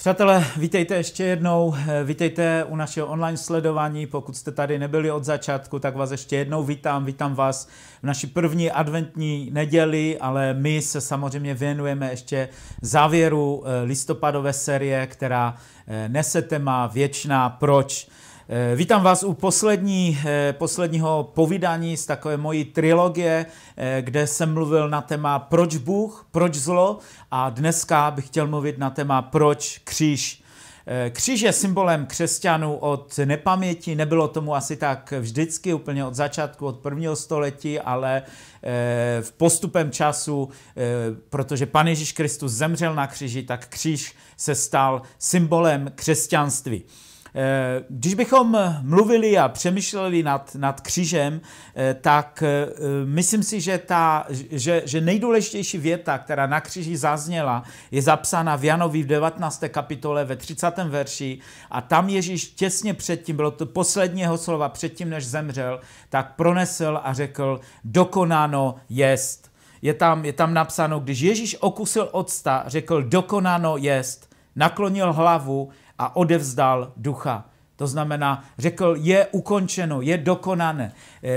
Přátelé, vítejte ještě jednou, vítejte u našeho online sledování. Pokud jste tady nebyli od začátku, tak vás ještě jednou vítám vás v naší první adventní neděli, ale my se samozřejmě věnujeme ještě závěru listopadové série, která nese téma Věčná proč. Vítám vás u posledního povídání z takové mojí trilogie, kde jsem mluvil na téma proč Bůh, proč zlo, a dneska bych chtěl mluvit na téma proč kříž. Kříž je symbolem křesťanů od nepaměti, nebylo tomu asi tak vždycky, úplně od začátku, od prvního století, ale v postupem času, protože Pán Ježíš Kristus zemřel na kříži, tak kříž se stal symbolem křesťanství. Když bychom mluvili a přemýšleli nad křížem, tak myslím si, že nejdůležitější věta, která na kříži zazněla, je zapsána v Janovi v 19. kapitole ve 30. verši, a tam Ježíš těsně předtím, bylo to poslední jeho slova předtím, než zemřel, tak pronesl a řekl: dokonáno jest. Je tam napsáno, když Ježíš okusil octa, řekl: dokonáno jest, naklonil hlavu a odevzdal ducha. To znamená, řekl, je ukončeno, je dokonané,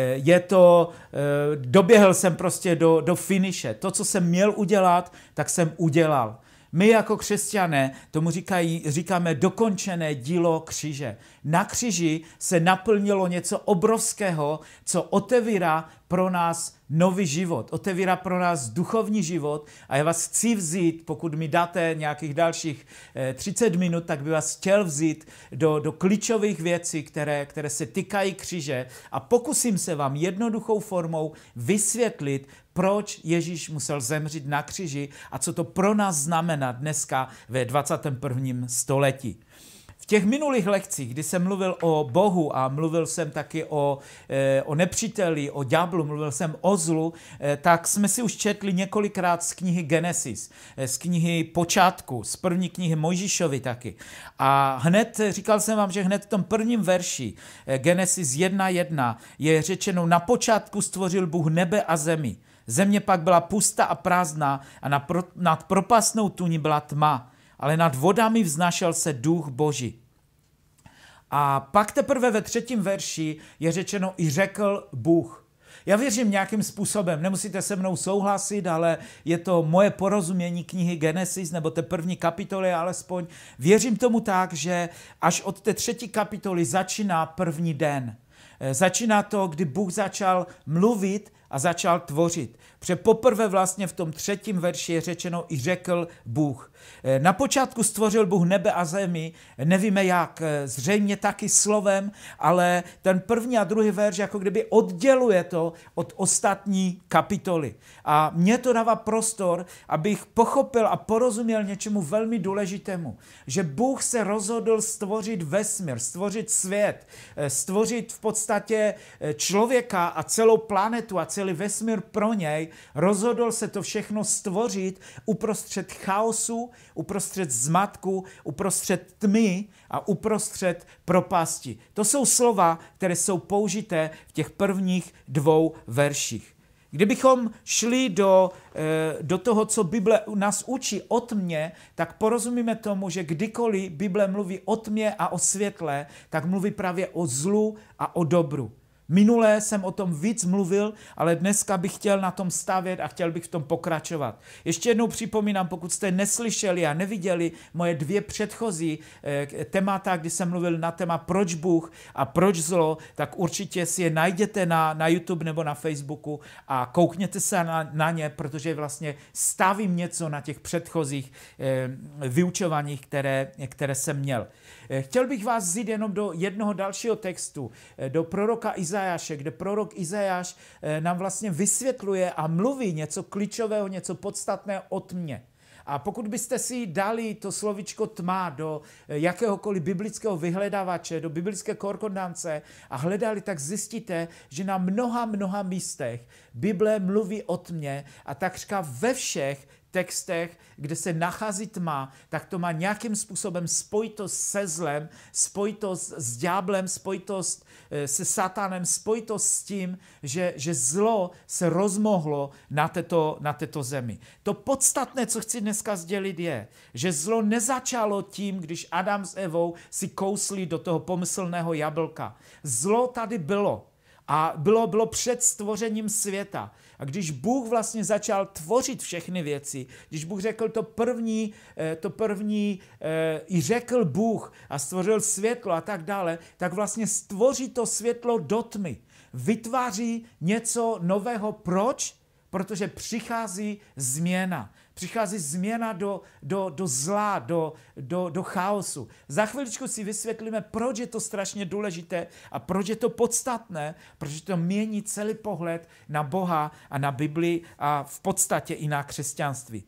doběhl jsem prostě do finiše. To, co jsem měl udělat, tak jsem udělal. My jako křesťané tomu říkáme dokončené dílo kříže. Na kříži se naplnilo něco obrovského, co otevírá pro nás nový život, otevírá pro nás duchovní život, a já vás chci vzít, pokud mi dáte nějakých dalších 30 minut, tak by vás chtěl vzít do klíčových věcí, které se týkají kříže, a pokusím se vám jednoduchou formou vysvětlit, proč Ježíš musel zemřít na kříži a co to pro nás znamená dneska ve 21. století. V těch minulých lekcích, kdy jsem mluvil o Bohu a mluvil jsem taky o nepříteli, o ďáblu, mluvil jsem o zlu, tak jsme si už četli několikrát z knihy Genesis, z knihy Počátku, z první knihy Mojžíšovi taky. A říkal jsem vám, že hned v tom prvním verši Genesis 1.1 je řečeno: na počátku stvořil Bůh nebe a zemi. Země pak byla pustá a prázdná a nad propastnou tůní byla tma, ale nad vodami vznášel se duch Boží. A pak teprve ve 3. verši je řečeno: i řekl Bůh. Já věřím nějakým způsobem, nemusíte se mnou souhlasit, ale je to moje porozumění knihy Genesis, nebo té první kapitoly alespoň. Věřím tomu tak, že až od té 3. kapitoly začíná první den. Začíná to, kdy Bůh začal mluvit a začal tvořit. Protože poprvé vlastně v tom 3. verši je řečeno: i řekl Bůh. Na počátku stvořil Bůh nebe a zemi, nevíme jak, zřejmě taky slovem, ale ten první a druhý verš jako kdyby odděluje to od ostatní kapitoly. A mně to dává prostor, abych pochopil a porozuměl něčemu velmi důležitému. Že Bůh se rozhodl stvořit vesmír, stvořit svět, stvořit v podstatě člověka a celou planetu a celý vesmír pro něj. Rozhodl se to všechno stvořit uprostřed chaosu, uprostřed zmatku, uprostřed tmy a uprostřed propasti. To jsou slova, které jsou použité v těch prvních 2 verších. Kdybychom šli do toho, co Bible nás učí o tmě, tak porozumíme tomu, že kdykoliv Bible mluví o tmě a o světle, tak mluví právě o zlu a o dobru. Minule jsem o tom víc mluvil, ale dneska bych chtěl na tom stavět a chtěl bych v tom pokračovat. Ještě jednou připomínám, pokud jste neslyšeli a neviděli moje 2 předchozí témata, kdy jsem mluvil na téma proč Bůh a proč zlo, tak určitě si je najděte na YouTube nebo na Facebooku a koukněte se na ně, protože vlastně stavím něco na těch předchozích vyučováních, které jsem měl. Chtěl bych vás vzít jenom do jednoho dalšího textu, do proroka Izajáše, kde prorok Izajáš nám vlastně vysvětluje a mluví něco klíčového, něco podstatného o tmě. A pokud byste si dali to slovíčko tma do jakéhokoliv biblického vyhledávače, do biblické konkordance a hledali, tak zjistíte, že na mnoha místech Bible mluví o tmě a takřka ve všech textech, kde se nachází tma, tak to má nějakým způsobem spojitost se zlem, spojitost s ďáblem, spojitost se satanem, spojitost s tím, že zlo se rozmohlo na této zemi. To podstatné, co chci dneska sdělit, je, že zlo nezačalo tím, když Adam s Evou si kousli do toho pomyslného jablka. Zlo tady bylo. A bylo před stvořením světa. A když Bůh vlastně začal tvořit všechny věci, když Bůh řekl to první i řekl Bůh a stvořil světlo a tak dále, tak vlastně stvoří to světlo do tmy. Vytváří něco nového. Proč? Protože přichází změna. Přichází změna do zla, do chaosu. Za chviličku si vysvětlíme, proč je to strašně důležité a proč je to podstatné, protože to mění celý pohled na Boha a na Bibli a v podstatě i na křesťanství.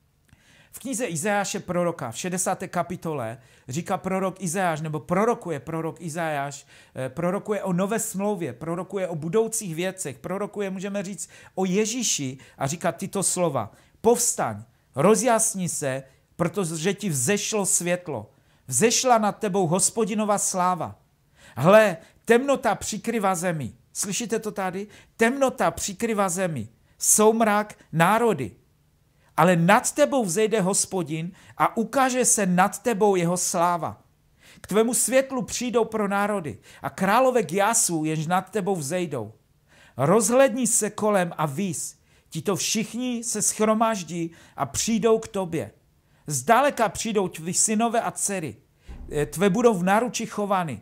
V knize Izajáše proroka v 60. kapitole říká prorok Izajáš, nebo prorokuje prorok Izajáš, prorokuje o nové smlouvě, prorokuje o budoucích věcech, prorokuje, můžeme říct, o Ježíši a říká tyto slova. Povstaň, rozjasni se, protože ti vzešlo světlo. Vzešla nad tebou Hospodinova sláva. Hle, temnota přikryvá zemi. Slyšíte to tady? Temnota přikryvá zemi. Soumrak národy. Ale nad tebou vzejde Hospodin a ukáže se nad tebou jeho sláva. K tvému světlu přijdou pro národy a králové Jásu, jenž nad tebou vzejdou. Rozhledni se kolem a vys. Tito všichni se shromáždí a přijdou k tobě. Zdaleka přijdou tví synové a dcery. Tvé budou v náruči chovány.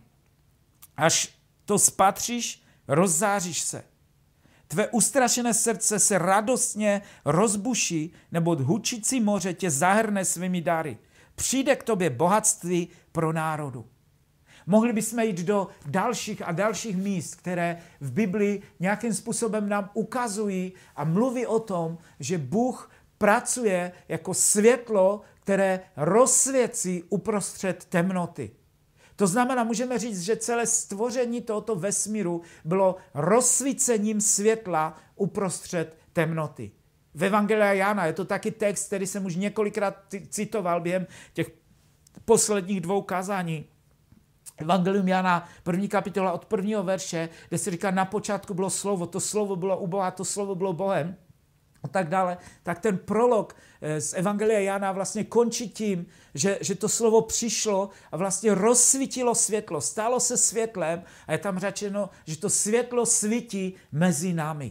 Až to spatříš, rozzáříš se. Tvé ustrašené srdce se radostně rozbuší, neboť hučící moře tě zahrne svými dary. Přijde k tobě bohatství pro národu. Mohli bychom jít do dalších a dalších míst, které v Biblii nějakým způsobem nám ukazují a mluví o tom, že Bůh pracuje jako světlo, které rozsvěcí uprostřed temnoty. To znamená, můžeme říct, že celé stvoření tohoto vesmíru bylo rozsvícením světla uprostřed temnoty. V Evangelia Jana je to taky text, který jsem už několikrát citoval během těch posledních 2 kázání. Evangelium Jana, 1. kapitola od 1. verše, kde se říká, na počátku bylo slovo, to slovo bylo u Boha, to slovo bylo Bohem a tak dále, tak ten prolog z Evangelia Jana vlastně končí tím, že to slovo přišlo a vlastně rozsvítilo světlo, stalo se světlem a je tam řečeno, že to světlo svítí mezi námi.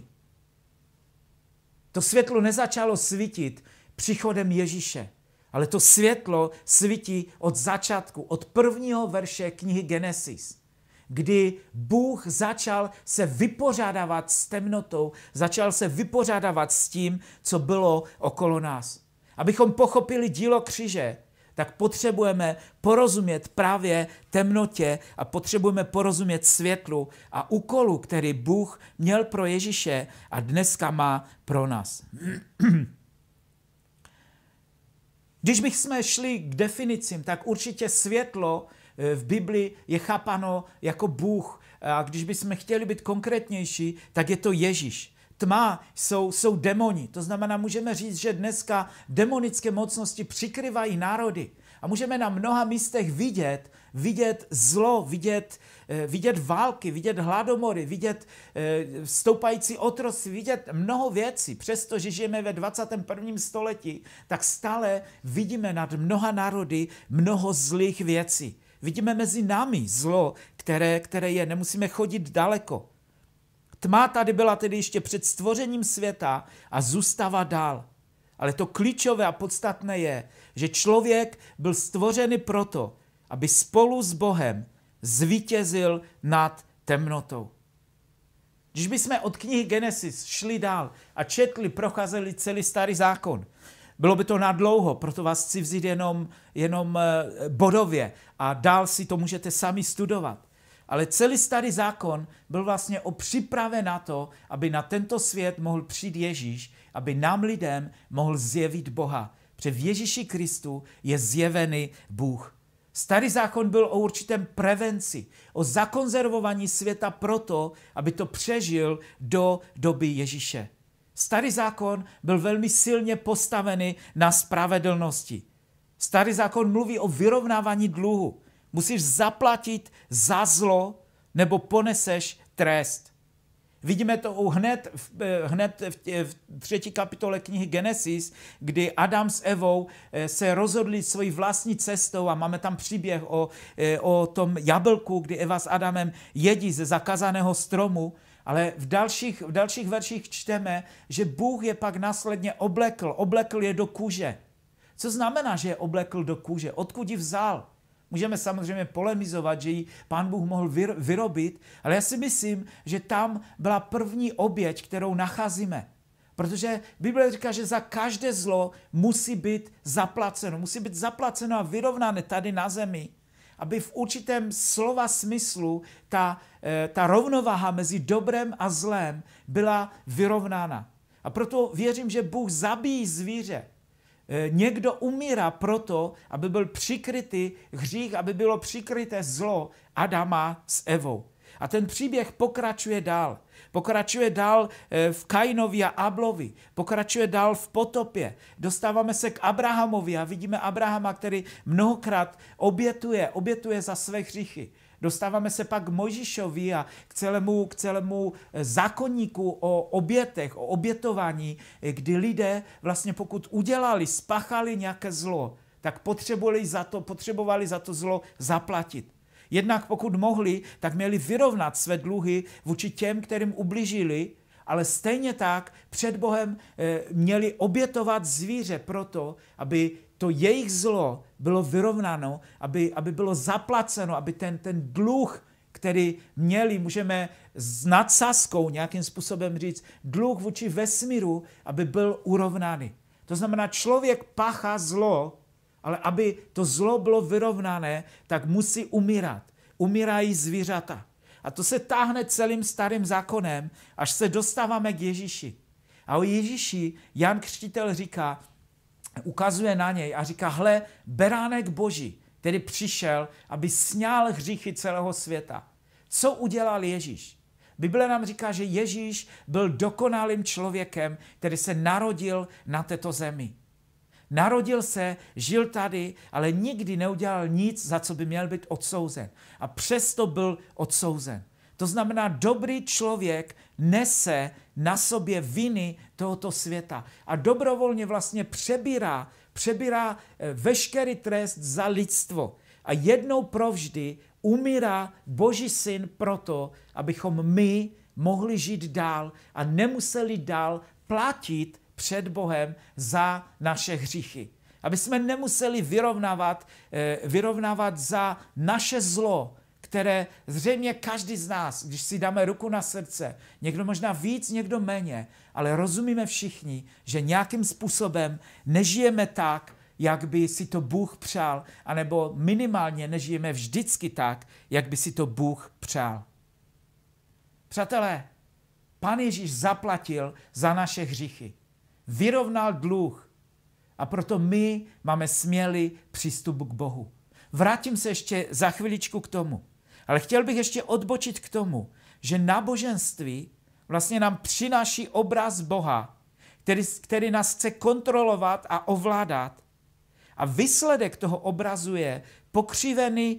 To světlo nezačalo svítit příchodem Ježíše, ale to světlo svítí od začátku, od 1. verše knihy Genesis, kdy Bůh začal se vypořádávat s temnotou, začal se vypořádávat s tím, co bylo okolo nás. Abychom pochopili dílo kříže, tak potřebujeme porozumět právě temnotě a potřebujeme porozumět světlu a úkolu, který Bůh měl pro Ježíše a dneska má pro nás. Když bychom šli k definicím, tak určitě světlo v Biblii je chápáno jako Bůh. A když bychom chtěli být konkrétnější, tak je to Ježíš. Tma jsou demoni. To znamená, můžeme říct, že dneska demonické mocnosti přikryvají národy. A můžeme na mnoha místech vidět zlo, vidět války, vidět hladomory, vidět stoupající otroctví, vidět mnoho věcí. Přestože žijeme ve 21. století, tak stále vidíme nad mnoha národy mnoho zlých věcí. Vidíme mezi námi zlo, které je, nemusíme chodit daleko. Tma tady byla tedy ještě před stvořením světa a zůstává dál. Ale to klíčové a podstatné je, že člověk byl stvořený proto, aby spolu s Bohem zvítězil nad temnotou. Když bychom od knihy Genesis šli dál a četli, procházeli celý Starý zákon, bylo by to nadlouho, proto vás chci vzít jenom bodově a dál si to můžete sami studovat. Ale celý Starý zákon byl vlastně o přípravě na to, aby na tento svět mohl přijít Ježíš, aby nám lidem mohl zjevit Boha. Protože v Ježíši Kristu je zjevený Bůh. Starý zákon byl o určitém prevenci, o zakonzervování světa proto, aby to přežil do doby Ježíše. Starý zákon byl velmi silně postavený na spravedlnosti. Starý zákon mluví o vyrovnávání dluhu. Musíš zaplatit za zlo, nebo poneseš trest. Vidíme to hned v 3. kapitole knihy Genesis, kdy Adam s Evou se rozhodli svojí vlastní cestou a máme tam příběh o tom jablku, kdy Eva s Adamem jedí ze zakazaného stromu, ale v dalších verších čteme, že Bůh je pak následně oblekl je do kůže. Co znamená, že je oblekl do kůže? Odkud ji vzal? Můžeme samozřejmě polemizovat, že ji Pán Bůh mohl vyrobit, ale já si myslím, že tam byla první oběť, kterou nacházíme. Protože Bible říká, že za každé zlo musí být zaplaceno. Musí být zaplaceno a vyrovnané tady na zemi, aby v určitém slova smyslu ta rovnováha mezi dobrem a zlem byla vyrovnána. A proto věřím, že Bůh zabíjí zvíře. Někdo umírá proto, aby byl přikrytý hřích, aby bylo přikryté zlo Adama s Evou. A ten příběh pokračuje dál. Pokračuje dál v Kainovi a Ablovi. Pokračuje dál v potopě. Dostáváme se k Abrahamovi a vidíme Abrahama, který mnohokrát obětuje za své hříchy. Dostáváme se pak k Mojžíšovi a k celému zákonníku o obětech, o obětování, kdy lidé vlastně pokud spáchali nějaké zlo, tak potřebovali za to zlo zaplatit. Jednak pokud mohli, tak měli vyrovnat své dluhy vůči těm, kterým ublížili, ale stejně tak před Bohem měli obětovat zvíře proto, aby to jejich zlo bylo vyrovnáno, aby bylo zaplaceno, aby ten dluh, který měli, můžeme s nadsázkou nějakým způsobem říct, dluh vůči vesmíru, aby byl urovnaný. To znamená, člověk páchá zlo, ale aby to zlo bylo vyrovnané, tak musí umírat. Umírají zvířata. A to se táhne celým starým zákonem, až se dostáváme k Ježíši. A o Ježíši Jan Křtitel říká, ukazuje na něj a říká, hle, beránek Boží, který přišel, aby sňal hříchy celého světa. Co udělal Ježíš? Bible nám říká, že Ježíš byl dokonalým člověkem, který se narodil na této zemi. Narodil se, žil tady, ale nikdy neudělal nic, za co by měl být odsouzen. A přesto byl odsouzen. To znamená, dobrý člověk nese na sobě viny tohoto světa a dobrovolně vlastně přebírá veškerý trest za lidstvo. A jednou provždy umírá Boží syn proto, abychom my mohli žít dál a nemuseli dál platit před Bohem za naše hříchy. Aby jsme nemuseli vyrovnávat za naše zlo, které zřejmě každý z nás, když si dáme ruku na srdce, někdo možná víc, někdo méně, ale rozumíme všichni, že nějakým způsobem nežijeme tak, jak by si to Bůh přál, anebo minimálně nežijeme vždycky tak, jak by si to Bůh přál. Přátelé, Pán Ježíš zaplatil za naše hříchy. Vyrovnal dluh a proto my máme smělý přístup k Bohu. Vrátím se ještě za chviličku k tomu, ale chtěl bych ještě odbočit k tomu, že náboženství vlastně nám přináší obraz Boha, který nás chce kontrolovat a ovládat. A výsledek toho obrazu je pokřivený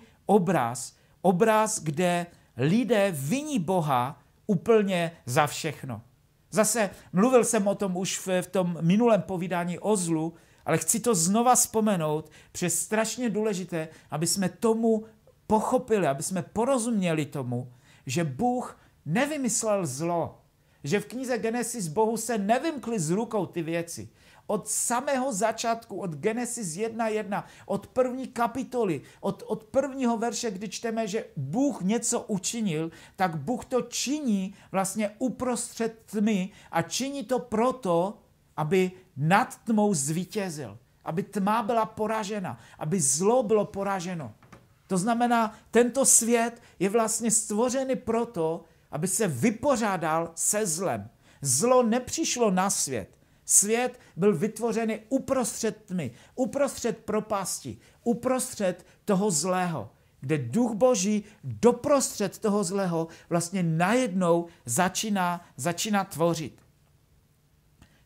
obraz, kde lidé viní Boha úplně za všechno. Zase mluvil jsem o tom už v tom minulém povídání o zlu, ale chci to znova vzpomenout, protože je strašně důležité, aby jsme tomu pochopili, aby jsme porozuměli tomu, že Bůh nevymyslel zlo, že v knize Genesis Bohu se nevymkly z rukou ty věci. Od samého začátku, od Genesis 1.1, od první kapitoly, od prvního verše, kdy čteme, že Bůh něco učinil, tak Bůh to činí vlastně uprostřed tmy a činí to proto, aby nad tmou zvítězil, aby tma byla poražena, aby zlo bylo poraženo. To znamená, tento svět je vlastně stvořený proto, aby se vypořádal se zlem. Zlo nepřišlo na svět. Svět byl vytvořený uprostřed tmy, uprostřed propasti, uprostřed toho zlého, kde Duch Boží doprostřed toho zlého vlastně najednou začíná tvořit.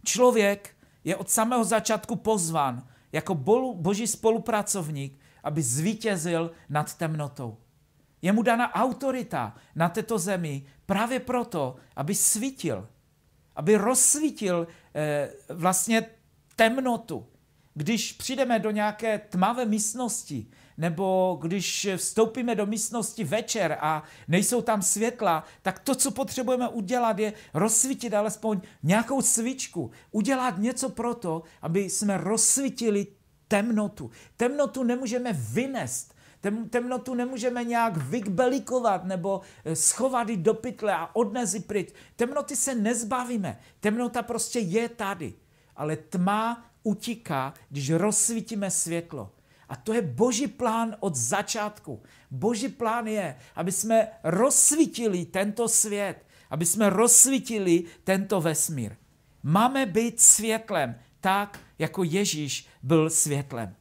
Člověk je od samého začátku pozván jako boží spolupracovník, aby zvítězil nad temnotou. Je mu dána autorita na této zemi právě proto, aby svítil, aby rozsvítil vlastně temnotu. Když přijdeme do nějaké tmavé místnosti, nebo když vstoupíme do místnosti večer a nejsou tam světla, tak to, co potřebujeme udělat, je rozsvítit alespoň nějakou svíčku. Udělat něco proto, aby jsme rozsvítili temnotu. Temnotu nemůžeme vynést. Temnotu nemůžeme nějak vykbelikovat nebo schovat ji do pytle a odnést ji pryč. Temnoty se nezbavíme. Temnota prostě je tady. Ale tma utíká, když rozsvítíme světlo. A to je boží plán od začátku. Boží plán je, aby jsme rozsvítili tento svět, aby jsme rozsvítili tento vesmír. Máme být světlem tak, jako Ježíš byl světlem.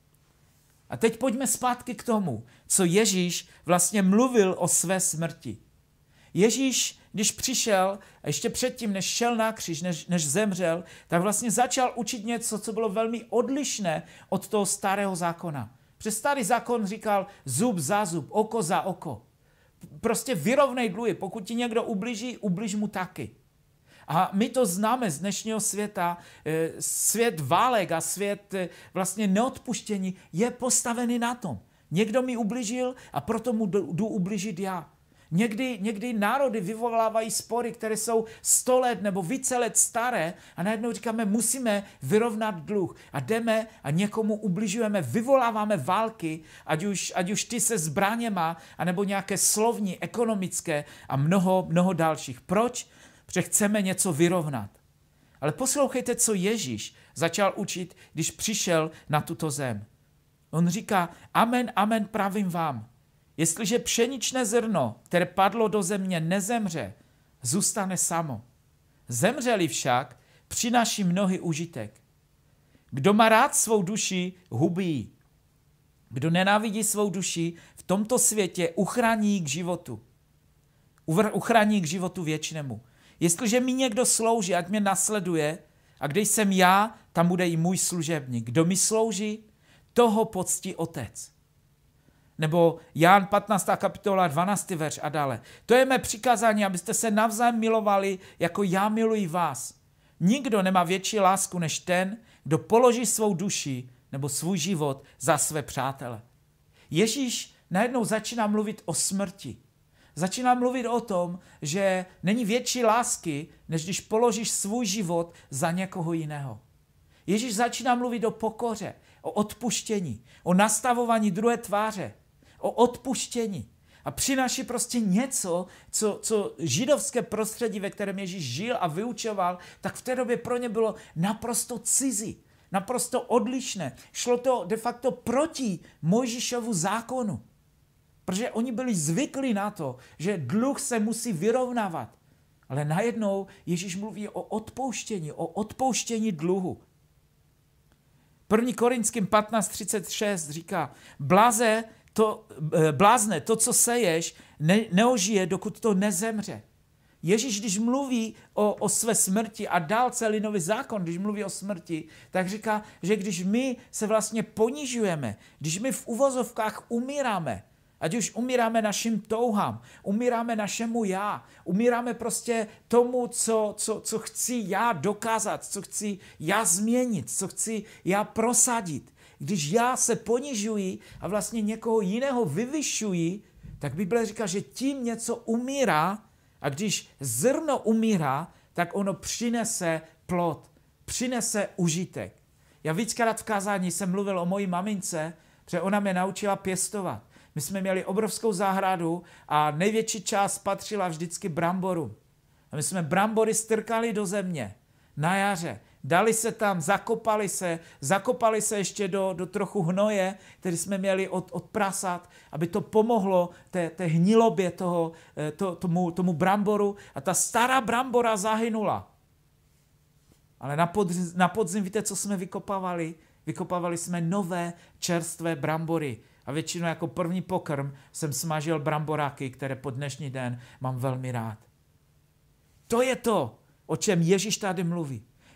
A teď pojďme zpátky k tomu, co Ježíš vlastně mluvil o své smrti. Ježíš, když přišel, a ještě předtím, než šel na kříž, než zemřel, tak vlastně začal učit něco, co bylo velmi odlišné od toho starého zákona. Přes starý zákon říkal zub za zub, oko za oko. Prostě vyrovnej dluhy, pokud ti někdo ublíží, ublíž mu taky. A my to známe z dnešního světa, svět válek a svět vlastně neodpuštění je postavený na tom. Někdo mi ublížil a proto mu jdu ublížit já. Někdy národy vyvolávají spory, které jsou 100 let nebo více let staré a najednou říkáme, musíme vyrovnat dluh a jdeme a někomu ubližujeme, vyvoláváme války, ať už ty se zbraněma, anebo nějaké slovní, ekonomické a mnoho dalších. Proč? Protože chceme něco vyrovnat. Ale poslouchejte, co Ježíš začal učit, když přišel na tuto zem. On říká, amen, amen, pravím vám. Jestliže pšeničné zrno, které padlo do země, nezemře, zůstane samo. Zemřeli však, přináší mnohý užitek. Kdo má rád svou duši, hubí ji. Kdo nenávidí svou duši, v tomto světě uchrání ji k životu. Uchrání ji k životu věčnému. Jestliže mi někdo slouží, ať mě nasleduje, a kde jsem já, tam bude i můj služebník. Kdo mi slouží, toho poctí Otec. Nebo Jan 15. kapitola 12. verš a dále. To je mé přikázání, abyste se navzájem milovali, jako já miluji vás. Nikdo nemá větší lásku než ten, kdo položí svou duši nebo svůj život za své přátele. Ježíš najednou začíná mluvit o smrti. Začíná mluvit o tom, že není větší lásky, než když položíš svůj život za někoho jiného. Ježíš začíná mluvit o pokoře, o odpuštění, o nastavování druhé tváře, o odpuštění. A přináší prostě něco, co židovské prostředí, ve kterém Ježíš žil a vyučoval, tak v té době pro ně bylo naprosto cizí, naprosto odlišné. Šlo to de facto proti Mojžíšovu zákonu. Protože oni byli zvyklí na to, že dluh se musí vyrovnávat. Ale najednou Ježíš mluví o odpouštění dluhu. 1. Korinským 15:36 říká, blázne, to, co seješ, neožije, dokud to nezemře. Ježíš, když mluví o své smrti a dál celý nový zákon, když mluví o smrti, tak říká, že když my se vlastně ponižujeme, když my v uvozovkách umíráme, ať už umíráme našim touhám, umíráme našemu já, umíráme prostě tomu, co chci já dokázat, co chci já změnit, co chci já prosadit. Když já se ponižuji a vlastně někoho jiného vyvyšuji, tak Bible říká, že tím něco umírá a když zrno umírá, tak ono přinese plod, přinese užitek. Já víckrát v kázání jsem mluvil o mojí mamince, protože ona mě naučila pěstovat. My jsme měli obrovskou zahradu a největší část patřila vždycky bramborům. A my jsme brambory strkali do země na jaře. Dali se tam, zakopali se ještě do trochu hnoje, který jsme měli od prasat, aby to pomohlo té hnilobě tomu bramboru. A ta stará brambora zahynula. Ale na podzim víte, co jsme vykopávali? Vykopávali jsme nové čerstvé brambory. A většinou jako první pokrm jsem smažil bramboráky, které po dnešní den mám velmi rád. To je to, o čem Ježíš tady mluví.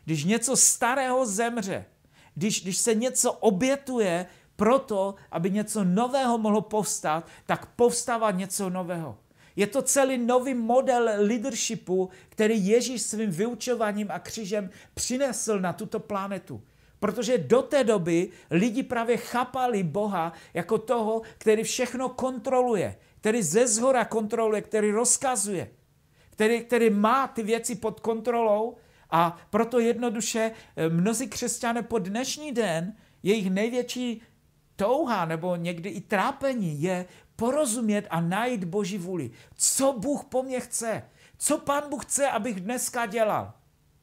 když něco starého zemře, když se něco obětuje proto, aby něco nového mohlo povstat, tak povstává něco nového. Je to celý nový model leadershipu, který Ježíš svým vyučováním a křížem přinesl na tuto planetu. Protože do té doby lidi právě chápali Boha jako toho, který všechno kontroluje, který ze zhora kontroluje, který rozkazuje, který má ty věci pod kontrolou, a proto jednoduše mnozí křesťané po dnešní den, jejich největší touha nebo někdy i trápení je porozumět a najít Boží vůli. Co Bůh po mně chce? Co Pán Bůh chce, abych dneska dělal?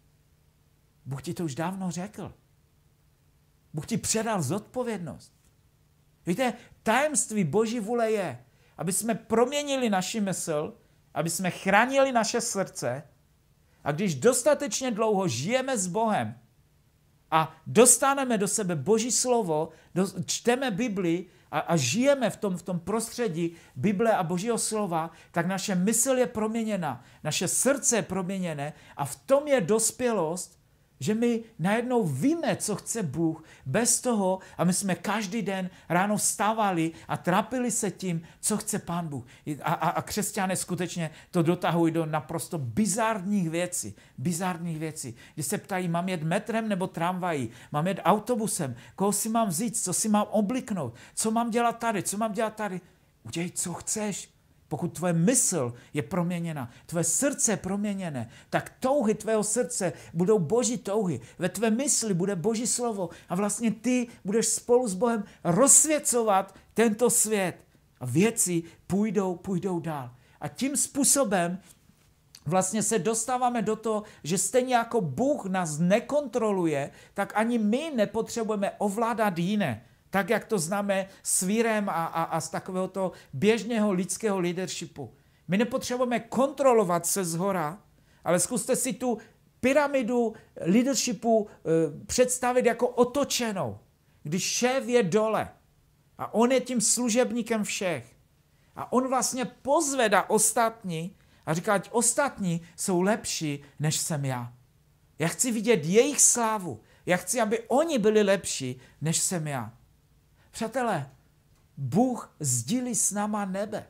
Bůh ti to už dávno řekl. Bůh ti předal zodpovědnost. Víte, tajemství Boží vůle je, aby jsme proměnili naši mysl, aby jsme chránili naše srdce, a když dostatečně dlouho žijeme s Bohem a dostaneme do sebe Boží slovo, čteme Bibli a žijeme v tom prostředí Bible a Božího slova, tak naše mysl je proměněna, naše srdce je proměněné a v tom je dospělost, že my najednou víme, co chce Bůh, bez toho, a my jsme každý den ráno vstávali a trápili se tím, co chce Pán Bůh. A křesťané skutečně to dotahují do naprosto bizarních věcí. Když se ptají, mám jet metrem nebo tramvají, mám jet autobusem, koho si mám vzít, co si mám obliknout, co mám dělat tady. Udělej, co chceš. Pokud tvoje mysl je proměněna, tvoje srdce je proměněné, tak touhy tvého srdce budou Boží touhy. Ve tvé mysli bude Boží slovo a vlastně ty budeš spolu s Bohem rozsvěcovat tento svět. A věci půjdou dál. A tím způsobem vlastně se dostáváme do toho, že stejně jako Bůh nás nekontroluje, tak ani my nepotřebujeme ovládat jiné. Tak, jak to známe s vírem a z takového toho běžného lidského leadershipu. My nepotřebujeme kontrolovat se zhora, ale zkuste si tu pyramidu leadershipu představit jako otočenou, když šéf je dole a on je tím služebníkem všech. A on vlastně pozvedá ostatní a říká, ať ostatní jsou lepší, než jsem já. Já chci vidět jejich slávu. Já chci, aby oni byli lepší, než jsem já. Přátelé, Bůh sdílí s náma nebe.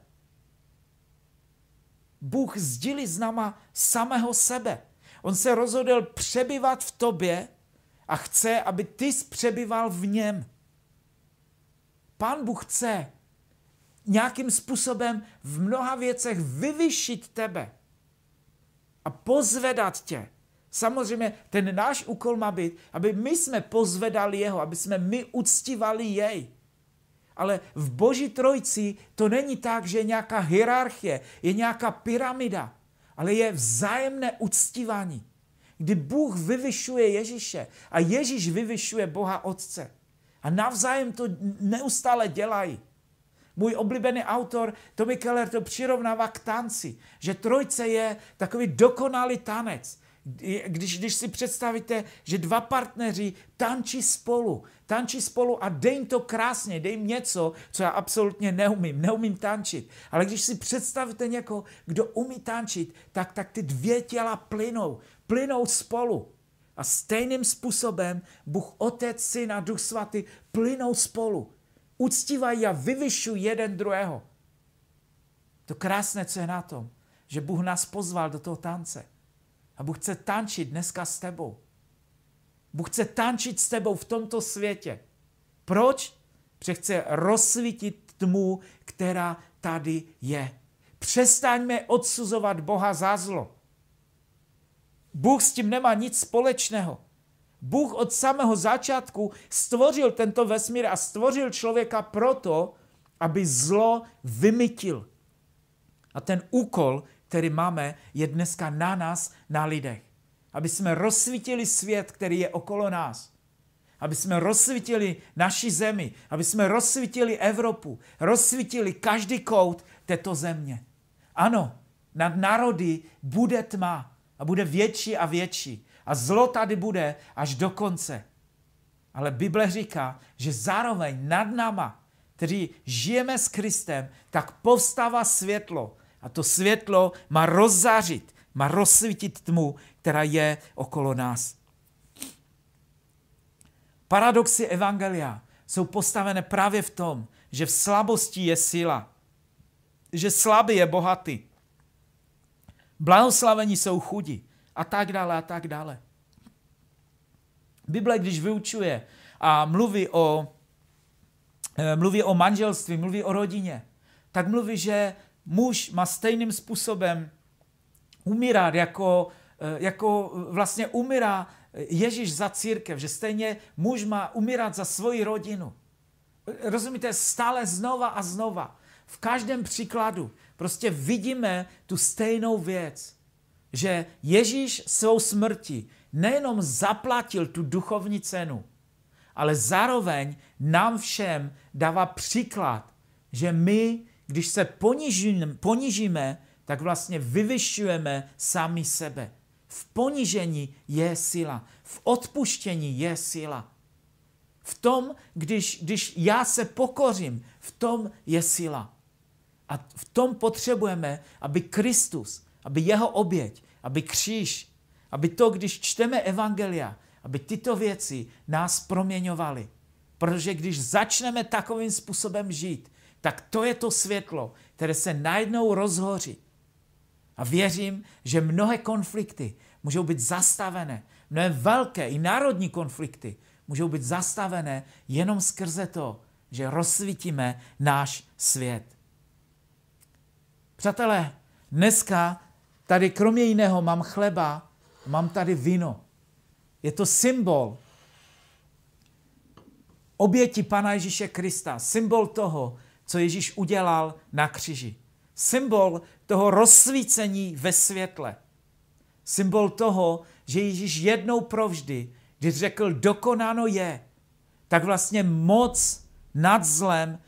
Bůh sdílí s náma samého sebe. On se rozhodl přebývat v tobě a chce, aby ty přebýval v něm. Pán Bůh chce nějakým způsobem v mnoha věcech vyvyšit tebe a pozvedat tě. Samozřejmě ten náš úkol má být, aby my jsme pozvedali jeho, aby jsme my uctívali jej. Ale v Boží trojici to není tak, že je nějaká hierarchie, je nějaká pyramida, ale je vzájemné uctívání, kdy Bůh vyvyšuje Ježíše a Ježíš vyvyšuje Boha Otce. A navzájem to neustále dělají. Můj oblíbený autor Tommy Keller to přirovnává k tanci, že trojce je takový dokonalý tanec. Když si představíte, že dva partneři tančí spolu a dej jim to krásně, dej jim něco, co já absolutně neumím tančit. Ale když si představíte někoho, kdo umí tančit, tak ty dvě těla plynou spolu. A stejným způsobem Bůh Otec, Syn a Duch Svatý plynou spolu. Uctívají a vyvyšují jeden druhého. To krásné, co je na tom, že Bůh nás pozval do toho tance. A Bůh chce tančit dneska s tebou. Bůh chce tančit s tebou v tomto světě. Proč? Protože chce rozsvítit tmu, která tady je. Přestaňme odsuzovat Boha za zlo. Bůh s tím nemá nic společného. Bůh od samého začátku stvořil tento vesmír a stvořil člověka proto, aby zlo vymytil. A ten úkol, který máme, je dneska na nás, na lidech. Aby jsme rozsvítili svět, který je okolo nás. Aby jsme rozsvítili naši zemi. Aby jsme rozsvítili Evropu. Rozsvítili každý kout této země. Ano, nad národy bude tma a bude větší a větší. A zlo tady bude až do konce. Ale Bible říká, že zároveň nad náma, kteří žijeme s Kristem, tak povstává světlo. A to světlo má rozzářit, má rozsvítit tmu, která je okolo nás. Paradoxy evangelia jsou postavené právě v tom, že v slabosti je síla, že slabý je bohatý, blahoslavení jsou chudí a tak dále a tak dále. Bible, když vyučuje a mluví o manželství, mluví o rodině, tak mluví, že muž má stejným způsobem umírat, jako vlastně umírá Ježíš za církev, že stejně muž má umírat za svoji rodinu. Rozumíte, stále znova a znova. V každém příkladu prostě vidíme tu stejnou věc, že Ježíš svou smrtí nejenom zaplatil tu duchovní cenu, ale zároveň nám všem dává příklad, že my, když se ponížíme, tak vlastně vyvyšujeme sami sebe. V ponížení je síla, v odpuštění je síla. V tom, když já se pokořím, v tom je síla. A v tom potřebujeme, aby Kristus, aby jeho oběť, aby kříž, aby to, když čteme evangelia, aby tyto věci nás proměňovaly. Protože když začneme takovým způsobem žít, tak to je to světlo, které se najednou rozhoří. A věřím, že mnohé konflikty můžou být zastavené, mnohé velké i národní konflikty můžou být zastavené jenom skrze to, že rozsvítíme náš svět. Přátelé, dneska tady kromě jiného mám chleba, mám tady víno. Je to symbol oběti Pana Ježíše Krista, symbol toho, co Ježíš udělal na kříži. Symbol toho rozsvícení ve světle. Symbol toho, že Ježíš jednou provždy, když řekl dokonáno je, tak vlastně moc nad zlem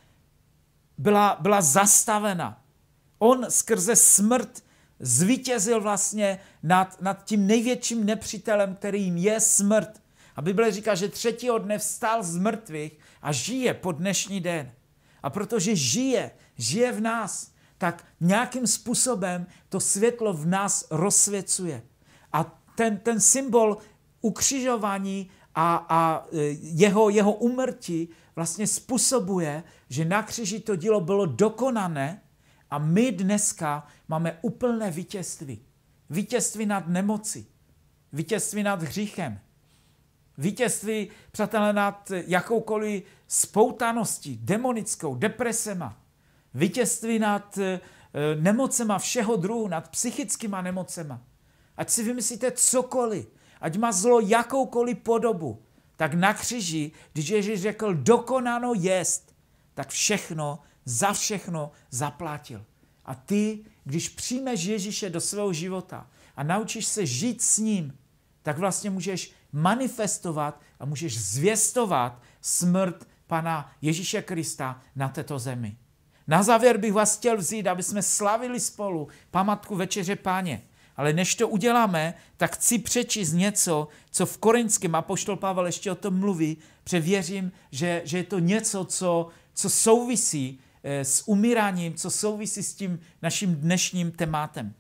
byla zastavena. On skrze smrt zvítězil vlastně nad tím největším nepřítelem, kterým je smrt. A Bible říká, že třetího dne vstal z mrtvých a žije po dnešní den. A protože žije v nás, tak nějakým způsobem to světlo v nás rozsvěcuje. A ten symbol ukřižování a jeho úmrtí vlastně způsobuje, že na kříži to dílo bylo dokonané a my dneska máme úplné vítězství. Vítězství nad nemocí, vítězství nad hříchem, vítězství, přátelé, nad jakoukoliv spoutaností, demonickou, depresema, vítězství nad nemocema všeho druhu, nad psychickýma nemocema. Ať si vymyslíte cokoliv, ať má zlo jakoukoliv podobu, tak na kříži, když Ježíš řekl dokonáno jest, tak za všechno zaplatil. A ty, když přijmeš Ježíše do svého života a naučíš se žít s ním, tak vlastně můžeš manifestovat a můžeš zvěstovat smrt Pana Ježíše Krista na této zemi. Na závěr bych vás chtěl vzít, aby jsme slavili spolu památku Večeře Páně. Ale než to uděláme, tak chci přečíst něco, co v Korinském apoštol Pavel ještě o tom mluví, protože věřím, že je to něco, co souvisí s umíráním, co souvisí s tím naším dnešním tématem.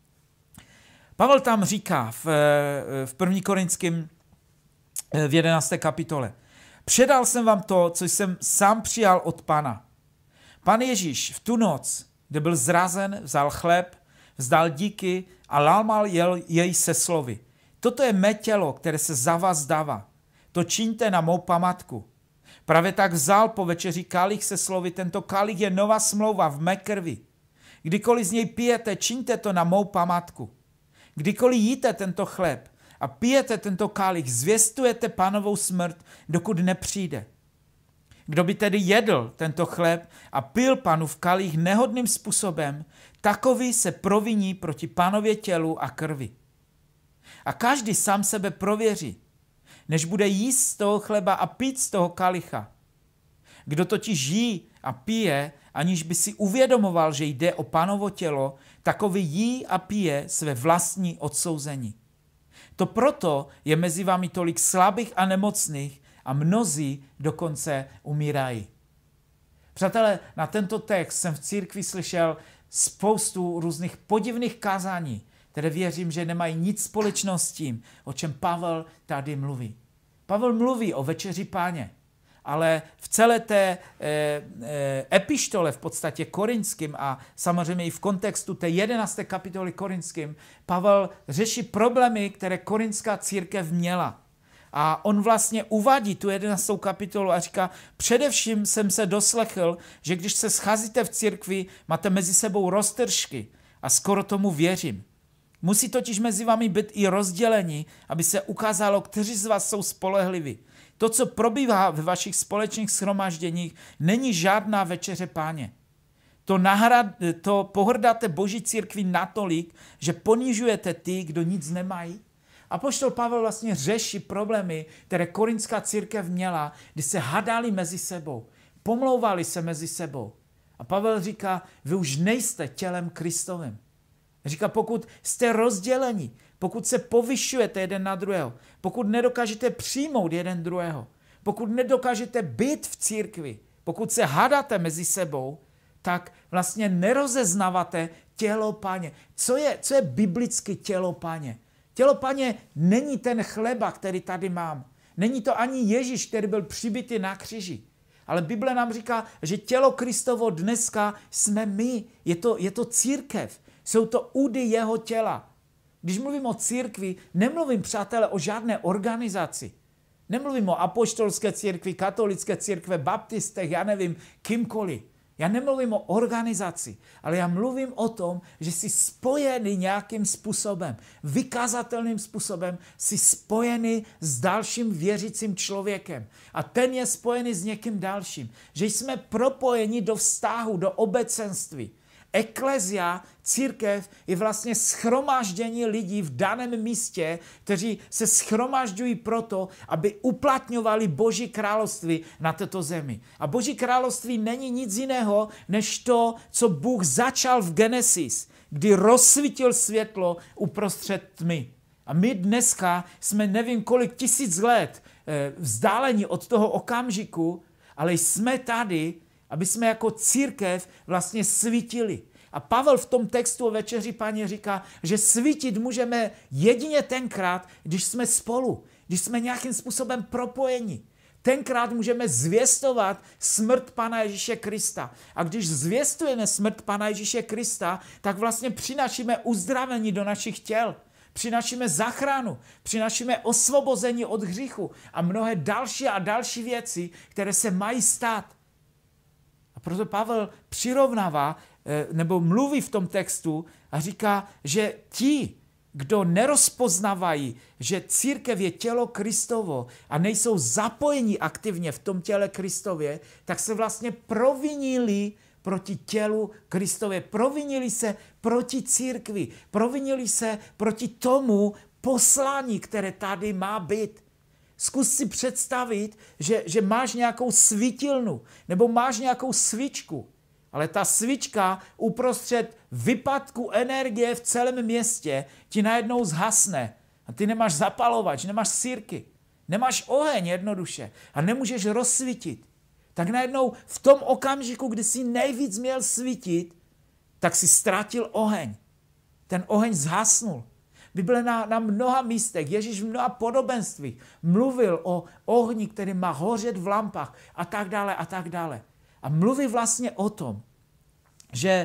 Pavel tam říká v 1. Korinském v 11. kapitole. Předal jsem vám to, co jsem sám přijal od Pana. Pan Ježíš v tu noc, kde byl zrazen, vzal chléb, vzdal díky a lámal jej se slovy. Toto je mé tělo, které se za vás dává. To čiňte na mou památku. Právě tak vzal po večeři kalich se slovy, tento kalich je nová smlouva v mé krvi. Kdykoliv z něj pijete, čiňte to na mou památku. Kdykoliv jíte tento chléb a pijete tento kalich, zvěstujete Pánovou smrt, dokud nepřijde. Kdo by tedy jedl tento chléb a pil Pánův kalich nehodným způsobem, takový se proviní proti Pánově tělu a krvi. A každý sám sebe prověří, než bude jíst z toho chleba a pít z toho kalicha. Kdo totiž jí a pije, aniž by si uvědomoval, že jde o Pánovo tělo, takový jí a pije své vlastní odsouzení. To proto je mezi vámi tolik slabých a nemocných a mnozí dokonce umírají. Přátelé, na tento text jsem v církvi slyšel spoustu různých podivných kázání, které věřím, že nemají nic společného s tím, o čem Pavel tady mluví. Pavel mluví o večeři Páně, ale v celé té epištole v podstatě korinským a samozřejmě i v kontextu té 11. kapitoly korinským, Pavel řeší problémy, které korintská církev měla. A on vlastně uvádí tu 11. kapitolu a říká, především jsem se doslechl, že když se scházíte v církvi, máte mezi sebou roztržky a skoro tomu věřím. Musí totiž mezi vámi být i rozdělení, aby se ukázalo, kteří z vás jsou spolehliví. To, co probíhá ve vašich společných shromážděních, není žádná večeře Páně. To pohrdáte Boží církvi natolik, že ponižujete ty, kdo nic nemají. Apoštol Pavel vlastně řeší problémy, které korintská církev měla, kdy se hadali mezi sebou, pomlouvali se mezi sebou. A Pavel říká, vy už nejste tělem Kristovým. Říká, pokud jste rozděleni, pokud se povyšujete jeden na druhého, pokud nedokážete přijmout jeden druhého, pokud nedokážete být v církvi, pokud se hádáte mezi sebou, tak vlastně nerozeznáváte tělo Páně. Co je biblicky tělo Páně? Tělo Páně není ten chleba, který tady mám. Není to ani Ježíš, který byl přibitý na kříži. Ale Bible nám říká, že tělo Kristovo dneska jsme my. Je to církev. Jsou to údy jeho těla. Když mluvím o církvi, nemluvím, přátelé, o žádné organizaci. Nemluvím o apoštolské církvi, katolické církve, baptistech, já nevím, kýmkoliv. Já nemluvím o organizaci, ale já mluvím o tom, že jsi spojený nějakým způsobem, vykazatelným způsobem, jsi spojený s dalším věřícím člověkem. A ten je spojený s někým dalším. Že jsme propojeni do vztahu, do obecenství. Eklezia, církev, je vlastně shromáždění lidí v daném místě, kteří se shromažďují proto, aby uplatňovali Boží království na této zemi. A Boží království není nic jiného, než to, co Bůh začal v Genesis, kdy rozsvítil světlo uprostřed tmy. A my dneska jsme nevím kolik tisíc let vzdáleni od toho okamžiku, ale jsme tady, aby jsme jako církev vlastně svítili. A Pavel v tom textu o večeři Páně říká, že svítit můžeme jedině tenkrát, když jsme spolu, když jsme nějakým způsobem propojeni. Tenkrát můžeme zvěstovat smrt Pána Ježíše Krista. A když zvěstujeme smrt Pána Ježíše Krista, tak vlastně přinášíme uzdravení do našich těl. Přinášíme záchranu, přinášíme osvobození od hříchu a mnohé další a další věci, které se mají stát. A proto Pavel přirovnává, nebo mluví v tom textu a říká, že ti, kdo nerozpoznávají, že církev je tělo Kristovo a nejsou zapojeni aktivně v tom těle Kristově, tak se vlastně provinili proti tělu Kristově. Provinili se proti církvi. Provinili se proti tomu poslání, které tady má být. Zkus si představit, že máš nějakou svítilnu nebo máš nějakou svíčku, ale ta svíčka uprostřed výpadku energie v celém městě ti najednou zhasne a ty nemáš zapalovač, nemáš sýrky, nemáš oheň jednoduše a nemůžeš rozsvítit. Tak najednou v tom okamžiku, kdy jsi nejvíc měl svítit, tak si ztratil oheň. Ten oheň zhasnul. Bible na mnoha místech, Ježíš v mnoha podobenstvích mluvil o ohni, který má hořet v lampách a tak dále a tak dále. A mluví vlastně o tom, že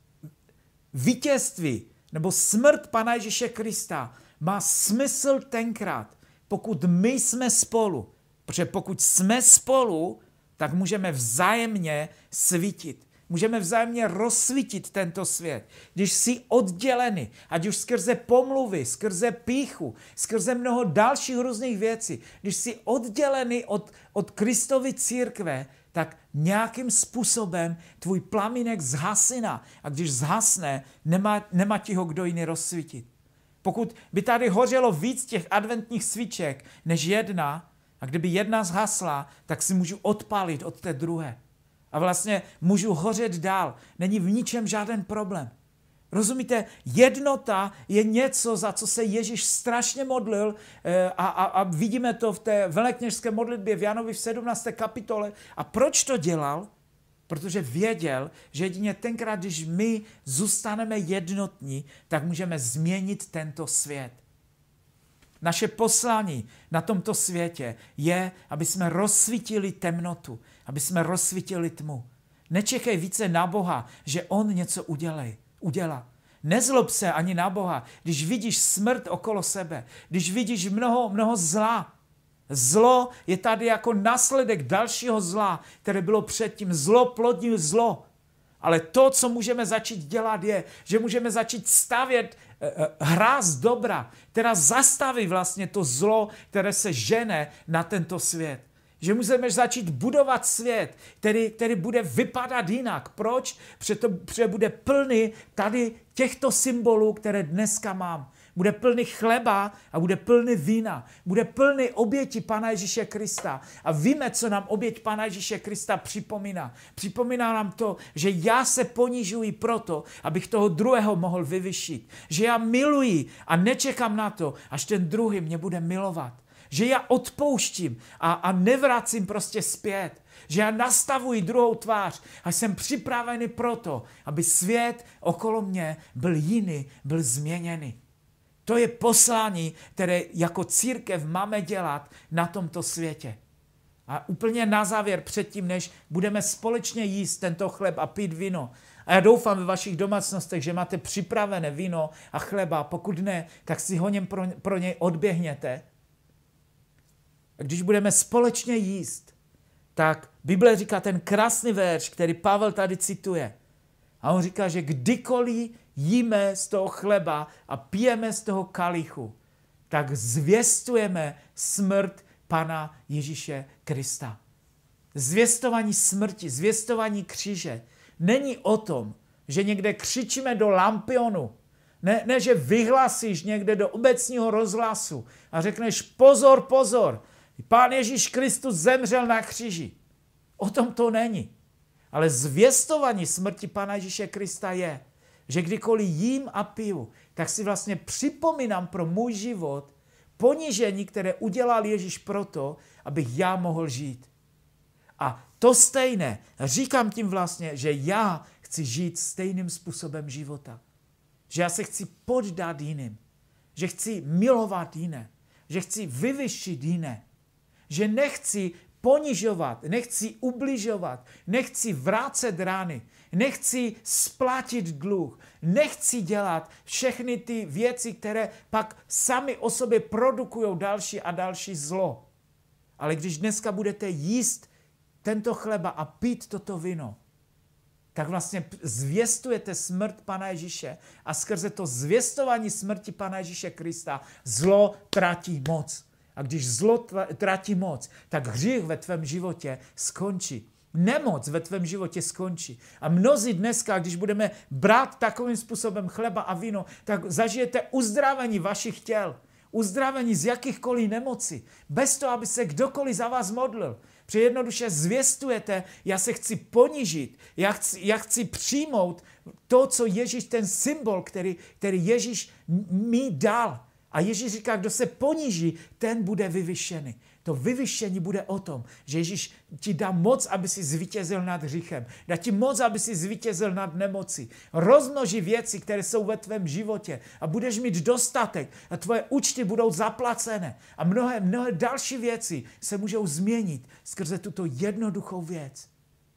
vítězství nebo smrt Pana Ježíše Krista má smysl tenkrát, pokud my jsme spolu. Protože pokud jsme spolu, tak můžeme vzájemně svítit. Můžeme vzájemně rozsvítit tento svět. Když jsi oddělený, ať už skrze pomluvy, skrze pýchu, skrze mnoho dalších různých věcí, když jsi oddělený od Kristovy církve, tak nějakým způsobem tvůj plamínek zhasíná. A když zhasne, nemá ti ho kdo jiný rozsvítit. Pokud by tady hořelo víc těch adventních svíček než jedna, a kdyby jedna zhasla, tak si můžu odpálit od té druhé. A vlastně můžu hořet dál. Není v ničem žádný problém. Rozumíte? Jednota je něco, za co se Ježíš strašně modlil a vidíme to v té velekněžské modlitbě v Janovi v 17. kapitole. A proč to dělal? Protože věděl, že jedině tenkrát, když my zůstaneme jednotní, tak můžeme změnit tento svět. Naše poslání na tomto světě je, aby jsme rozsvítili temnotu, aby jsme rozsvítili tmu. Nečekej více na Boha, že on něco udělá. Nezlob se ani na Boha, když vidíš smrt okolo sebe, když vidíš mnoho zla. Zlo je tady jako následek dalšího zla, které bylo předtím. Zlo plodí zlo. Ale to, co můžeme začít dělat, je, že můžeme začít stavět hráz dobra, která zastaví vlastně to zlo, které se žene na tento svět. Že můžeme začít budovat svět, který bude vypadat jinak. Proč? Protože bude plný tady těchto symbolů, které dneska mám. Bude plný chleba a bude plný vína. Bude plný oběti Pana Ježíše Krista. A víme, co nám oběť Pana Ježíše Krista připomíná. Připomíná nám to, že já se ponižuji proto, abych toho druhého mohl vyvyšit. Že já miluji a nečekám na to, až ten druhý mě bude milovat. Že já odpouštím a nevracím prostě zpět. Že já nastavuji druhou tvář a jsem připravený proto, aby svět okolo mě byl jiný, byl změněný. To je poslání, které jako církev máme dělat na tomto světě. A úplně na závěr předtím, než budeme společně jíst tento chleb a pít víno. A já doufám ve vašich domácnostech, že máte připravené víno a chleba. Pokud ne, tak si ho pro něj odběhněte. A když budeme společně jíst, tak Bible říká ten krásný verš, který Pavel tady cituje. A on říká, že kdykoliv jíme z toho chleba a pijeme z toho kalichu, tak zvěstujeme smrt Pana Ježíše Krista. Zvěstování smrti, zvěstování kříže není o tom, že někde křičíme do lampionu, ne, že vyhlásíš někde do obecního rozhlasu a řekneš pozor, pozor, Pán Ježíš Kristus zemřel na kříži. O tom to není. Ale zvěstování smrti Pana Ježíše Krista je, že kdykoliv jím a piju, tak si vlastně připomínám pro můj život ponížení, které udělal Ježíš proto, abych já mohl žít. A to stejné, říkám tím vlastně, že já chci žít stejným způsobem života. Že já se chci poddat jiným. Že chci milovat jiné. Že chci vyvyšit jiné. Že nechci ponižovat, nechci ubližovat, nechci vrácet rány, nechci splatit dluh, nechci dělat všechny ty věci, které pak sami o sobě produkují další a další zlo. Ale když dneska budete jíst tento chleba a pít toto víno, tak vlastně zvěstujete smrt Pana Ježíše a skrze to zvěstování smrti Pana Ježíše Krista zlo tratí moc. A když zlo tratí moc, tak hřích ve tvém životě skončí. Nemoc ve tvém životě skončí. A mnozí dneska, když budeme brát takovým způsobem chleba a víno, tak zažijete uzdravení vašich těl. Uzdravení z jakýchkoliv nemocí. Bez toho, aby se kdokoliv za vás modlil. Protože jednoduše zvěstujete, já se chci ponížit, já chci přijmout to, co Ježíš, ten symbol, který Ježíš mi dal. A Ježíš říká, kdo se poníží, ten bude vyvyšený. To vyvyšení bude o tom, že Ježíš ti dá moc, aby si zvítězil nad hříchem. Dá ti moc, aby si zvítězil nad nemocí. Rozmnoží věci, které jsou ve tvém životě a budeš mít dostatek a tvoje účty budou zaplacené. A mnohé další věci se můžou změnit skrze tuto jednoduchou věc.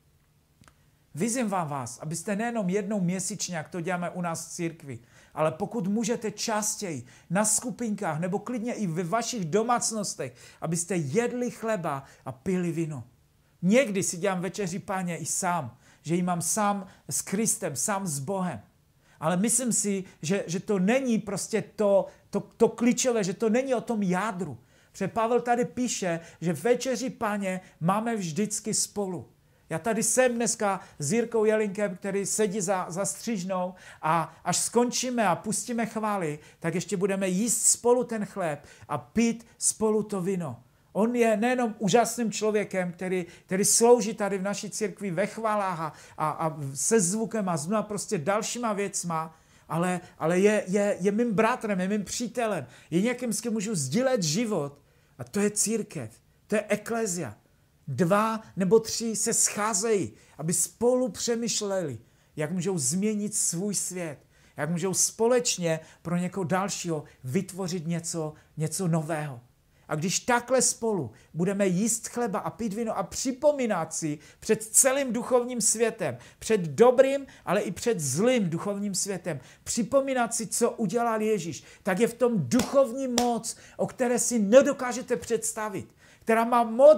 Vyzývám vás, abyste nejenom jednou měsíčně, jak to děláme u nás v církvi, ale pokud můžete častěji na skupinkách nebo klidně i ve vašich domácnostech, abyste jedli chleba a pili víno. Někdy si dělám večeři Páně i sám, že ji mám sám s Kristem, sám s Bohem. Ale myslím si, že to není prostě to klíčové, že to není o tom jádru. Protože Pavel tady píše, že večeři Páně máme vždycky spolu. Já tady jsem dneska s Jirkou Jelinkem, který sedí za střížnou a až skončíme a pustíme chvály, tak ještě budeme jíst spolu ten chléb a pít spolu to víno. On je nejenom úžasným člověkem, který slouží tady v naší církvi ve chválách a se zvukem a znova prostě dalšíma věcma, ale je mým bratrem, je mým přítelem, je někým, s kým můžu sdílet život a to je církev, to je eklezia. 2 nebo 3 se scházejí, aby spolu přemýšleli, jak můžou změnit svůj svět, jak můžou společně pro někoho dalšího vytvořit něco nového. A když takhle spolu budeme jíst chleba a pít víno a připomínat si před celým duchovním světem, před dobrým, ale i před zlým duchovním světem, připomínat si, co udělal Ježíš, tak je v tom duchovní moc, o které si nedokážete představit, která má moc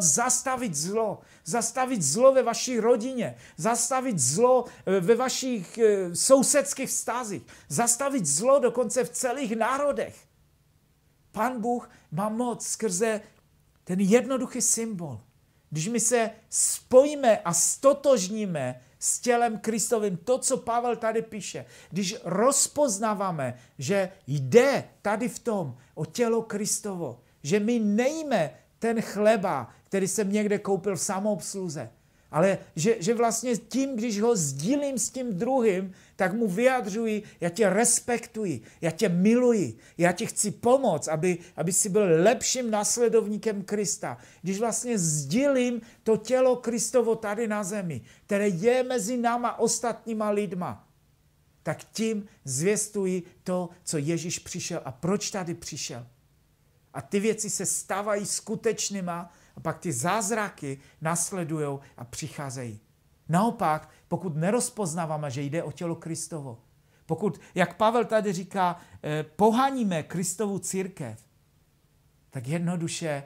zastavit zlo ve vaší rodině, zastavit zlo ve vašich sousedských vztazích, zastavit zlo dokonce v celých národech. Pán Bůh má moc skrze ten jednoduchý symbol. Když my se spojíme a stotožníme s tělem Kristovým, to, co Pavel tady píše, když rozpoznáváme, že jde tady v tom o tělo Kristovo, že my nejíme ten chleba, který jsem někde koupil v samoobsluze, ale že vlastně tím, když ho sdílím s tím druhým, tak mu vyjadřuji, já tě respektuji, já tě miluji, já ti chci pomoct, aby si byl lepším následovníkem Krista. Když vlastně sdílím to tělo Kristovo tady na zemi, které je mezi náma ostatníma lidma, tak tím zvěstuji to, co Ježíš přišel a proč tady přišel. A ty věci se stávají skutečnýma a pak ty zázraky následují a přicházejí. Naopak, pokud nerozpoznáváme, že jde o tělo Kristovo, pokud, jak Pavel tady říká, pohaníme Kristovu církev, tak jednoduše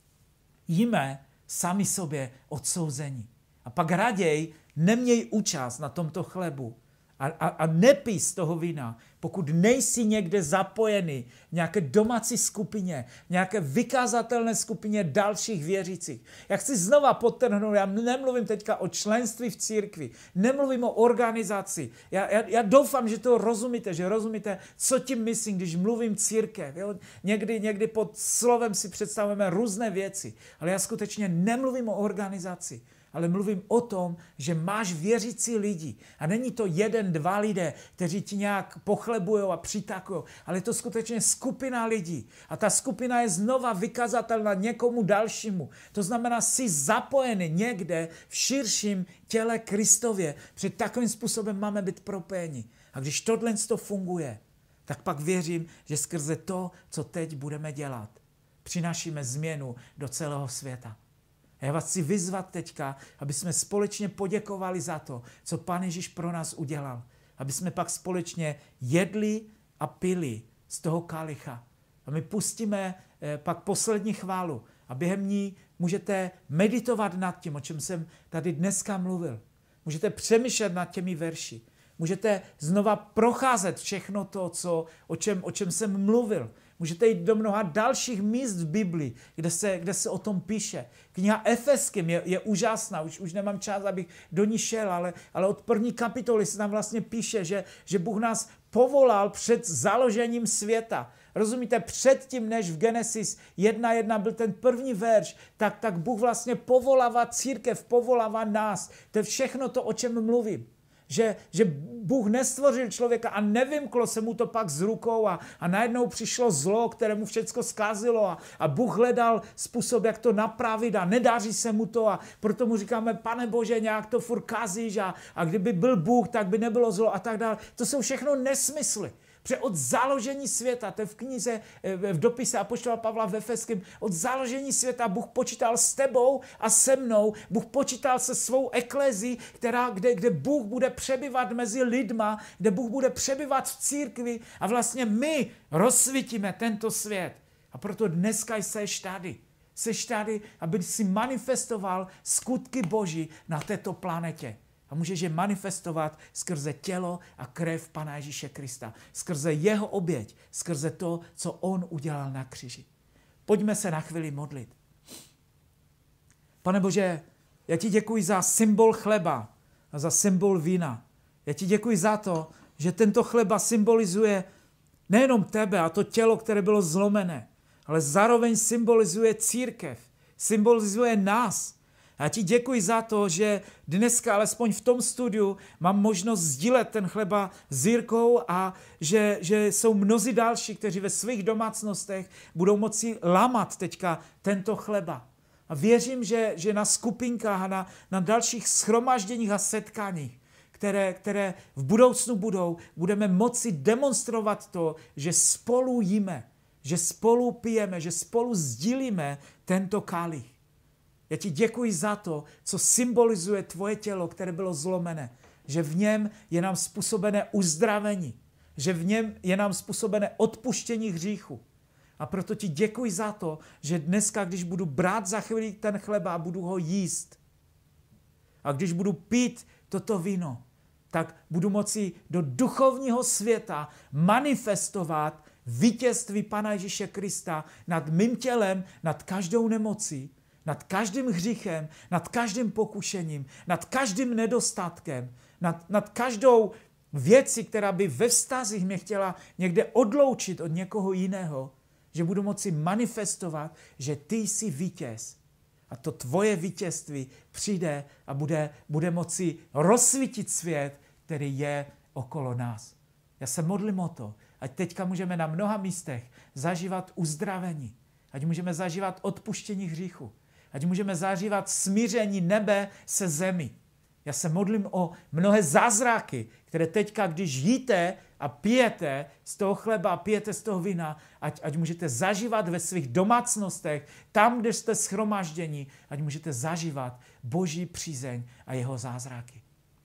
jíme sami sobě odsouzení. A pak raději neměj účast na tomto chlebu a nepij z toho vína, pokud nejsi někde zapojený v nějaké domácí skupině, v nějaké vykazatelné skupině dalších věřících. Já chci znova podtrhnout, já nemluvím teďka o členství v církvi, nemluvím o organizaci. Já doufám, že to rozumíte, co tím myslím, když mluvím církev. Jo? Někdy pod slovem si představujeme různé věci, ale já skutečně nemluvím o organizaci. Ale mluvím o tom, že máš věřící lidi. A není to 1-2 lidé, kteří ti nějak pochlebujou a přitakujou, ale je to skutečně skupina lidí. A ta skupina je znova vykazatelná někomu dalšímu. To znamená, jsi zapojený někde v širším těle Kristově. Před takovým způsobem máme být propojeni. A když tohle funguje, tak pak věřím, že skrze to, co teď budeme dělat, přinášíme změnu do celého světa. A já vás chci vyzvat teďka, aby jsme společně poděkovali za to, co Pán Ježíš pro nás udělal. Aby jsme pak společně jedli a pili z toho kalicha. A my pustíme pak poslední chválu. A během ní můžete meditovat nad tím, o čem jsem tady dneska mluvil. Můžete přemýšlet nad těmi verši. Můžete znova procházet všechno to, o čem jsem mluvil. Můžete jít do mnoha dalších míst v Biblii, kde se o tom píše. Kniha Efeským je úžasná, už nemám čas, abych do ní šel, ale od 1. kapitoly se tam vlastně píše, že Bůh nás povolal před založením světa. Rozumíte, předtím, než v Genesis 1.1 byl ten první verš, tak Bůh vlastně povolává církev, povolává nás. To je všechno to, o čem mluvím. Že Bůh nestvořil člověka a nevymklo se mu to pak z rukou a najednou přišlo zlo, které mu všecko zkazilo a Bůh hledal způsob, jak to napravit a nedaří se mu to a proto mu říkáme, Pane Bože, nějak to furt kazíš a kdyby byl Bůh, tak by nebylo zlo a tak dále. To jsou všechno nesmysly. Protože od založení světa, to je v knize, v dopise apoštola Pavla v Efeském, od založení světa Bůh počítal s tebou a se mnou, Bůh počítal se svou eklezí, kde Bůh bude přebyvat mezi lidma, kde Bůh bude přebyvat v církvi a vlastně my rozsvítíme tento svět. A proto dneska seš tady. Seš tady, aby si manifestoval skutky Boží na této planetě. A můžeš je manifestovat skrze tělo a krev Pana Ježíše Krista. Skrze jeho oběť, skrze to, co on udělal na kříži. Pojďme se na chvíli modlit. Pane Bože, já ti děkuji za symbol chleba a za symbol vína. Já ti děkuji za to, že tento chleba symbolizuje nejenom tebe a to tělo, které bylo zlomené, ale zároveň symbolizuje církev, symbolizuje nás. Já ti děkuji za to, že dneska, alespoň v tom studiu, mám možnost sdílet ten chleba s Jirkou a že jsou mnozí další, kteří ve svých domácnostech budou moci lámat teďka tento chleba. A věřím, že na skupinkách a na dalších shromažděních a setkáních, které v budoucnu budeme moci demonstrovat to, že spolu jíme, že spolu pijeme, že spolu sdílíme tento kalich. Já ti děkuji za to, co symbolizuje tvoje tělo, které bylo zlomené, že v něm je nám způsobené uzdravení, že v něm je nám způsobené odpuštění hříchu. A proto ti děkuji za to, že dneska, když budu brát za chvíli ten chleba a budu ho jíst, a když budu pít toto víno, tak budu moci do duchovního světa manifestovat vítězství Pana Ježíše Krista nad mým tělem, nad každou nemocí, nad každým hříchem, nad každým pokušením, nad každým nedostatkem, nad každou věcí, která by ve vztazích mě chtěla někde odloučit od někoho jiného, že budu moci manifestovat, že ty jsi vítěz. A to tvoje vítězství přijde a bude moci rozsvítit svět, který je okolo nás. Já se modlím o to, ať teďka můžeme na mnoha místech zažívat uzdravení, ať můžeme zažívat odpuštění hříchu, ať můžeme zažívat smíření nebe se zemí. Já se modlím o mnohé zázraky, které teďka, když jíte a pijete z toho chleba a pijete z toho vína, ať můžete zažívat ve svých domácnostech, tam, kde jste shromážděni, ať můžete zažívat Boží přízeň a jeho zázraky.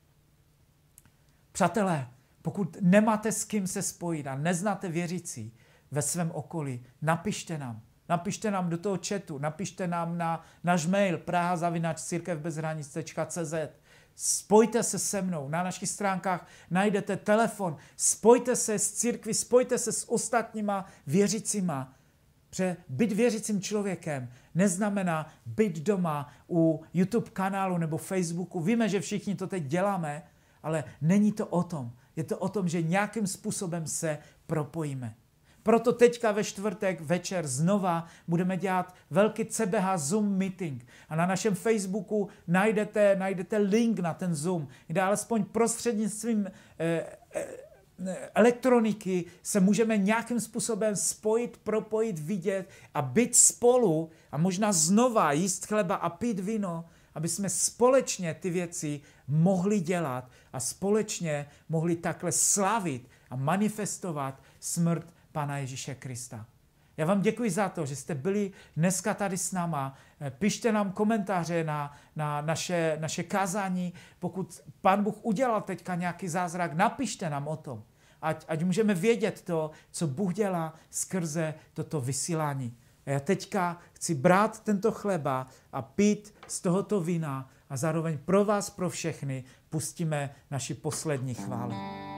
Přátelé, pokud nemáte s kým se spojit a neznáte věřící ve svém okolí, napište nám. Napište nám do toho chatu, napište nám na náš mail praha@cirkevbezhranic.cz. Spojte se se mnou, na našich stránkách najdete telefon, spojte se s církví, spojte se s ostatníma věřícíma. Protože být věřícím člověkem neznamená být doma u YouTube kanálu nebo Facebooku. Víme, že všichni to teď děláme, ale není to o tom. Je to o tom, že nějakým způsobem se propojíme. Proto teďka ve čtvrtek večer znova budeme dělat velký CBH Zoom meeting. A na našem Facebooku najdete link na ten Zoom, kde alespoň prostřednictvím elektroniky se můžeme nějakým způsobem spojit, propojit, vidět a být spolu a možná znova jíst chleba a pít víno, aby jsme společně ty věci mohli dělat a společně mohli takhle slavit a manifestovat smrt Pana Ježíše Krista. Já vám děkuji za to, že jste byli dneska tady s náma. Pište nám komentáře na naše kázání. Pokud Pán Bůh udělal teďka nějaký zázrak, napište nám o tom. Ať můžeme vědět to, co Bůh dělá skrze toto vysílání. A já teďka chci brát tento chleba a pít z tohoto vína a zároveň pro vás, pro všechny, pustíme naši poslední chválu.